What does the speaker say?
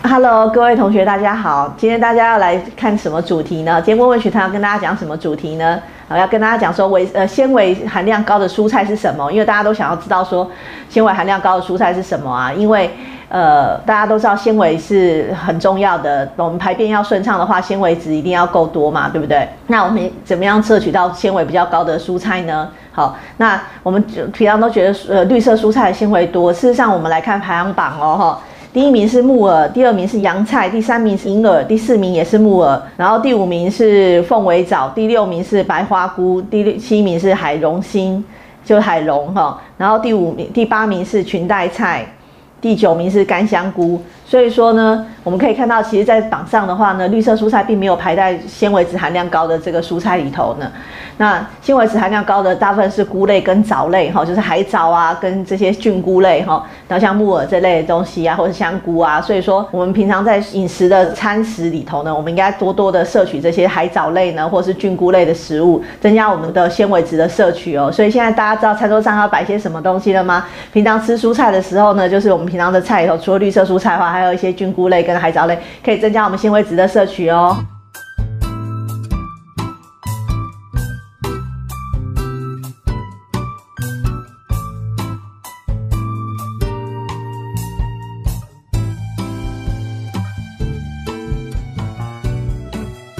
Hello， 各位同学，大家好。今天大家要来看什么主题呢？今天问问学堂要跟大家讲什么主题呢？要跟大家讲说纤维含量高的蔬菜是什么？因为大家都想要知道说纤维含量高的蔬菜是什么啊？因为大家都知道纤维是很重要的，我们排便要顺畅的话，纤维质一定要够多嘛，对不对？那我们怎么样摄取到纤维比较高的蔬菜呢？好，那我们平常都觉得绿色蔬菜的纤维多，事实上我们来看排行榜哦，第一名是木耳，第二名是洋菜，第三名是银耳，第四名也是木耳，然后第五名是凤尾藻，第六名是白花菇，第七名是海茸心，就是海茸哈，然后第八名是裙带菜，第九名是干香菇。所以说呢，我们可以看到，其实在榜上的话呢，绿色蔬菜并没有排在纤维质含量高的这个蔬菜里头呢。那纤维质含量高的大部分是菇类跟藻类哈，就是海藻啊，跟这些菌菇类哈，然后像木耳这类的东西啊，或者香菇啊。所以说，我们平常在饮食的餐食里头呢，我们应该多多的摄取这些海藻类呢，或是菌菇类的食物，增加我们的纤维质的摄取哦。所以现在大家知道餐桌上要摆些什么东西了吗？平常吃蔬菜的时候呢，就是我们平常的菜里头，除了绿色蔬菜的话，还有一些菌菇类跟海藻类，可以增加我们纤维质的摄取哦。